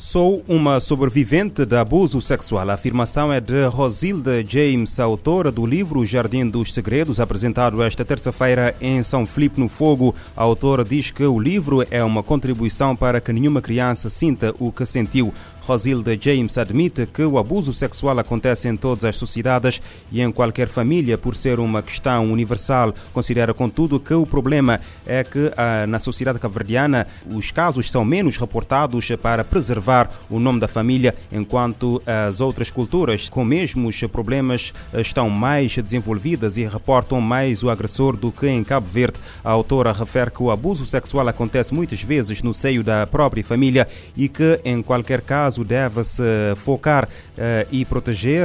Sou uma sobrevivente de abuso sexual. A afirmação é de Rosilda James, autora do livro Jardim dos Segredos, apresentado esta terça-feira em São Filipe no Fogo. A autora diz que o livro é uma contribuição para que nenhuma criança sinta o que sentiu. Rosilda James admite que o abuso sexual acontece em todas as sociedades e em qualquer família por ser uma questão universal. Considera, contudo, que o problema é que na sociedade cabo-verdiana os casos são menos reportados para preservar o nome da família, enquanto as outras culturas com mesmos problemas estão mais desenvolvidas e reportam mais o agressor do que em Cabo Verde. A autora refere que o abuso sexual acontece muitas vezes no seio da própria família e que, em qualquer caso, deve-se focar e proteger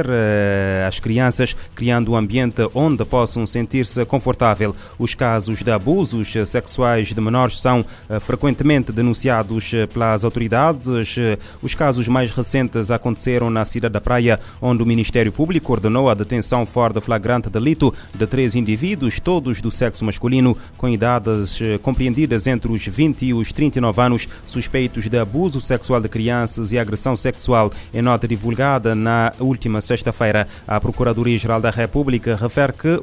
as crianças, criando um ambiente onde possam sentir-se confortável. Os casos de abusos sexuais de menores são frequentemente denunciados pelas autoridades. Os casos mais recentes aconteceram na cidade da Praia, onde o Ministério Público ordenou a detenção fora de flagrante delito de 3 indivíduos, todos do sexo masculino, com idades compreendidas entre os 20 e os 39 anos, suspeitos de abuso sexual de crianças e agressão sexual. Em nota divulgada na última sexta-feira, a Procuradoria-Geral da República refere que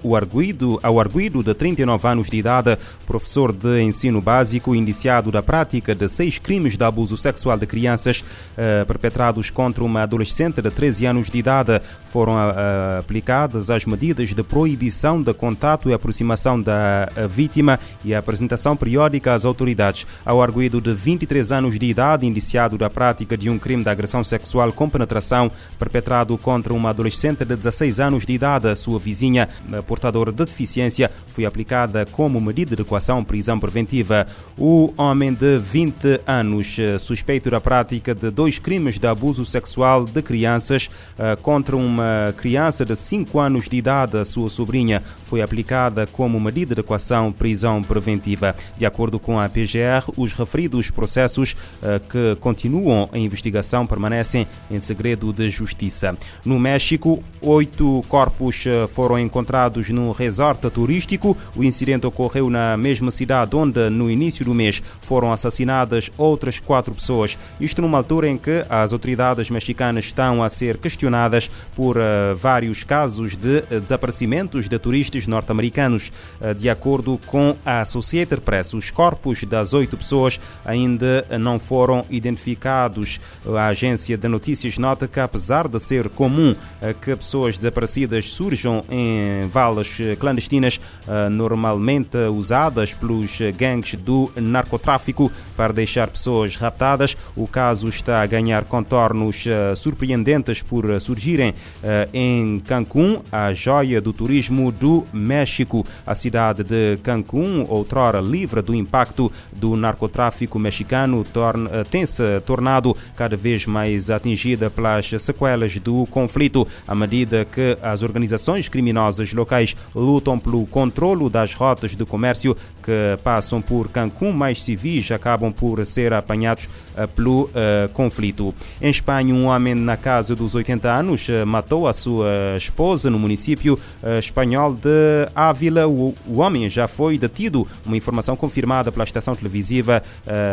ao arguido de 39 anos de idade, professor de ensino básico, indiciado da prática de 6 crimes de abuso sexual de crianças perpetrados contra uma adolescente de 13 anos de idade, foram aplicadas as medidas de proibição de contato e aproximação da vítima e a apresentação periódica às autoridades. Ao arguido de 23 anos de idade, indiciado da prática de um crime de agressão sexual com penetração perpetrado contra uma adolescente de 16 anos de idade, a sua vizinha portadora de deficiência, foi aplicada como medida de coação prisão preventiva. O homem de 20 anos, suspeito da prática de 2 crimes de abuso sexual de crianças contra uma criança de 5 anos de idade, a sua sobrinha, foi aplicada como medida de coação prisão preventiva. De acordo com a PGR, os referidos processos que continuam em investigação permanecem em segredo de justiça. No México, 8 corpos foram encontrados num resort turístico. O incidente ocorreu na mesma cidade onde, no início do mês, foram assassinadas outras 4 pessoas. Isto numa altura em que as autoridades mexicanas estão a ser questionadas por vários casos de desaparecimentos de turistas norte-americanos. De acordo com a Associated Press, os corpos das 8 pessoas ainda não foram identificados. A agência de notícias nota que, apesar de ser comum que pessoas desaparecidas surjam em valas clandestinas, normalmente usadas pelos gangues do narcotráfico para deixar pessoas raptadas, o caso está a ganhar contornos surpreendentes por surgirem em Cancún, a joia do turismo do México. A cidade de Cancún, outrora livre do impacto do narcotráfico mexicano, tem-se tornado cada vez mais atingida pelas sequelas do conflito, à medida que as organizações criminosas locais lutam pelo controlo das rotas de comércio que passam por Cancún. Mais civis acabam por ser apanhados pelo conflito. Em Espanha, um homem na casa dos 80 anos matou a sua esposa no município espanhol de Ávila. O homem já foi detido, uma informação confirmada pela estação televisiva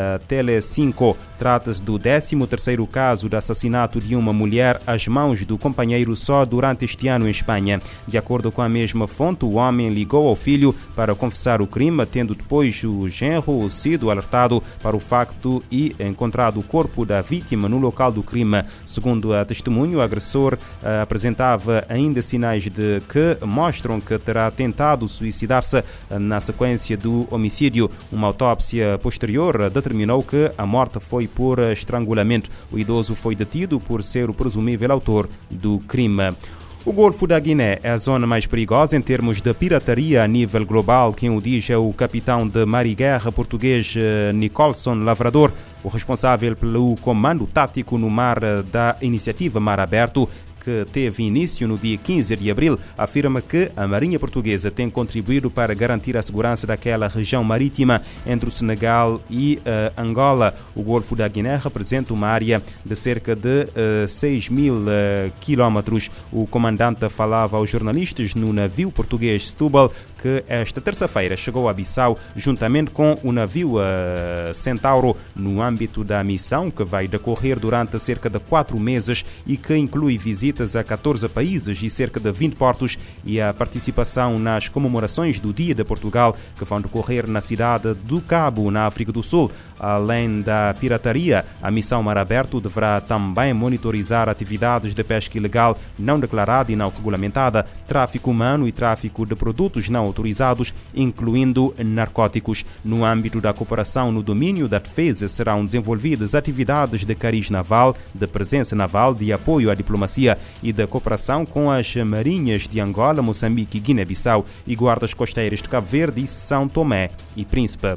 Tele5. Trata-se do 13º caso de assassinato de uma mulher às mãos do companheiro só durante este ano em Espanha. De acordo com a mesma fonte, o homem ligou ao filho para confessar o crime, tendo depois o genro sido alertado para o facto e encontrado o corpo da vítima no local do crime. Segundo a testemunho, o agressor apresentava ainda sinais de que mostram que terá tentado suicidar-se na sequência do homicídio. Uma autópsia posterior determinou que a morte foi por estrangulamento. O idoso foi detido por ser o presumível autor do crime. O Golfo da Guiné é a zona mais perigosa em termos de pirataria a nível global. Quem o diz é o capitão de mar e guerra português Nicholson Lavrador, o responsável pelo comando tático no mar da iniciativa Mar Aberto, que teve início no dia 15 de abril, afirma que a Marinha Portuguesa tem contribuído para garantir a segurança daquela região marítima entre o Senegal e Angola. O Golfo da Guiné representa uma área de cerca de 6.000 quilómetros. O comandante falava aos jornalistas no navio português Setúbal, que esta terça-feira chegou a Bissau juntamente com o navio Centauro no âmbito da missão que vai decorrer durante cerca de 4 meses e que inclui visitas a 14 países e cerca de 20 portos e a participação nas comemorações do Dia de Portugal que vão decorrer na cidade do Cabo, na África do Sul. Além da pirataria, a missão Mar Aberto deverá também monitorizar atividades de pesca ilegal não declarada e não regulamentada, tráfico humano e tráfico de produtos não autorizados, incluindo narcóticos. No âmbito da cooperação no domínio da defesa, serão desenvolvidas atividades de cariz naval, de presença naval, de apoio à diplomacia e de cooperação com as marinhas de Angola, Moçambique, Guiné-Bissau e guardas costeiras de Cabo Verde e São Tomé e Príncipe.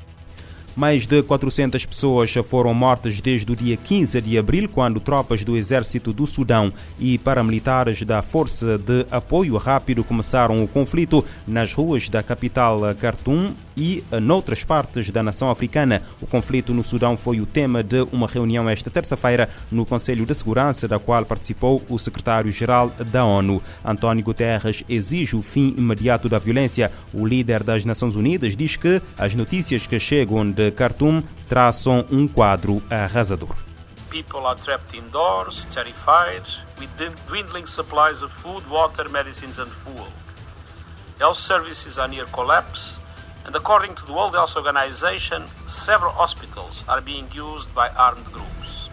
Mais de 400 pessoas foram mortas desde o dia 15 de abril, quando tropas do Exército do Sudão e paramilitares da Força de Apoio Rápido começaram o conflito nas ruas da capital Khartoum e noutras partes da nação africana. O conflito no Sudão foi o tema de uma reunião esta terça-feira no Conselho de Segurança, da qual participou o secretário-geral da ONU. António Guterres exige o fim imediato da violência. O líder das Nações Unidas diz que as notícias que chegam de Khartoum traçam um quadro arrasador. People are trapped indoors, terrified, with dwindling supplies of food, water, medicines and fuel. Health services are near collapse, and according to the World Health Organization, several hospitals are being used by armed groups.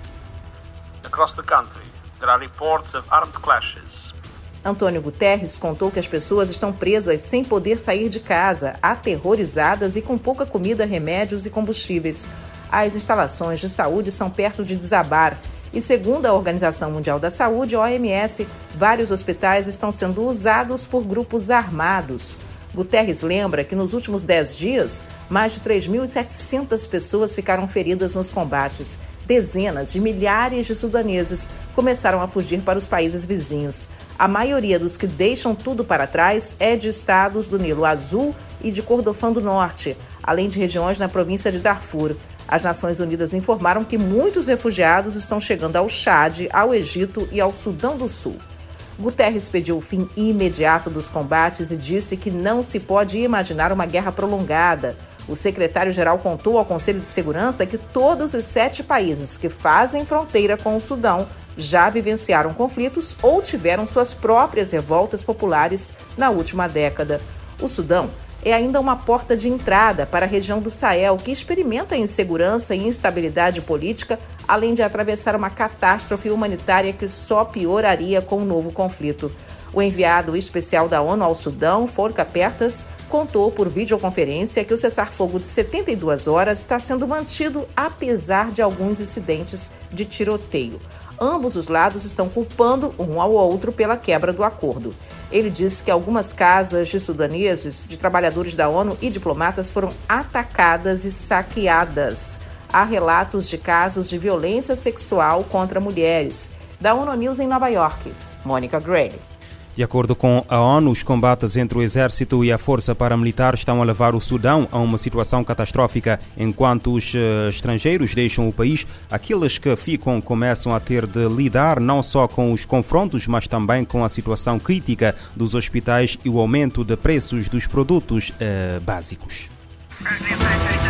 Across the country, there are reports of armed clashes. Antônio Guterres contou que as pessoas estão presas sem poder sair de casa, aterrorizadas e com pouca comida, remédios e combustíveis. As instalações de saúde estão perto de desabar e, segundo a Organização Mundial da Saúde, OMS, vários hospitais estão sendo usados por grupos armados. Guterres lembra que nos últimos 10 dias, mais de 3.700 pessoas ficaram feridas nos combates. Dezenas de milhares de sudaneses começaram a fugir para os países vizinhos. A maioria dos que deixam tudo para trás é de estados do Nilo Azul e de Kordofã do Norte, além de regiões na província de Darfur. As Nações Unidas informaram que muitos refugiados estão chegando ao Chade, ao Egito e ao Sudão do Sul. Guterres pediu o fim imediato dos combates e disse que não se pode imaginar uma guerra prolongada. O secretário-geral contou ao Conselho de Segurança que todos os 7 países que fazem fronteira com o Sudão já vivenciaram conflitos ou tiveram suas próprias revoltas populares na última década. O Sudão é ainda uma porta de entrada para a região do Sahel, que experimenta insegurança e instabilidade política, além de atravessar uma catástrofe humanitária que só pioraria com o novo conflito. O enviado especial da ONU ao Sudão, Volker Perthes, contou por videoconferência que o cessar-fogo de 72 horas está sendo mantido apesar de alguns incidentes de tiroteio. Ambos os lados estão culpando um ao outro pela quebra do acordo. Ele disse que algumas casas de sudaneses, de trabalhadores da ONU e diplomatas foram atacadas e saqueadas. Há relatos de casos de violência sexual contra mulheres. Da ONU News em Nova York, Mônica Gray. De acordo com a ONU, os combates entre o exército e a força paramilitar estão a levar o Sudão a uma situação catastrófica. Enquanto os estrangeiros deixam o país, aqueles que ficam começam a ter de lidar não só com os confrontos, mas também com a situação crítica dos hospitais e o aumento de preços dos produtos básicos.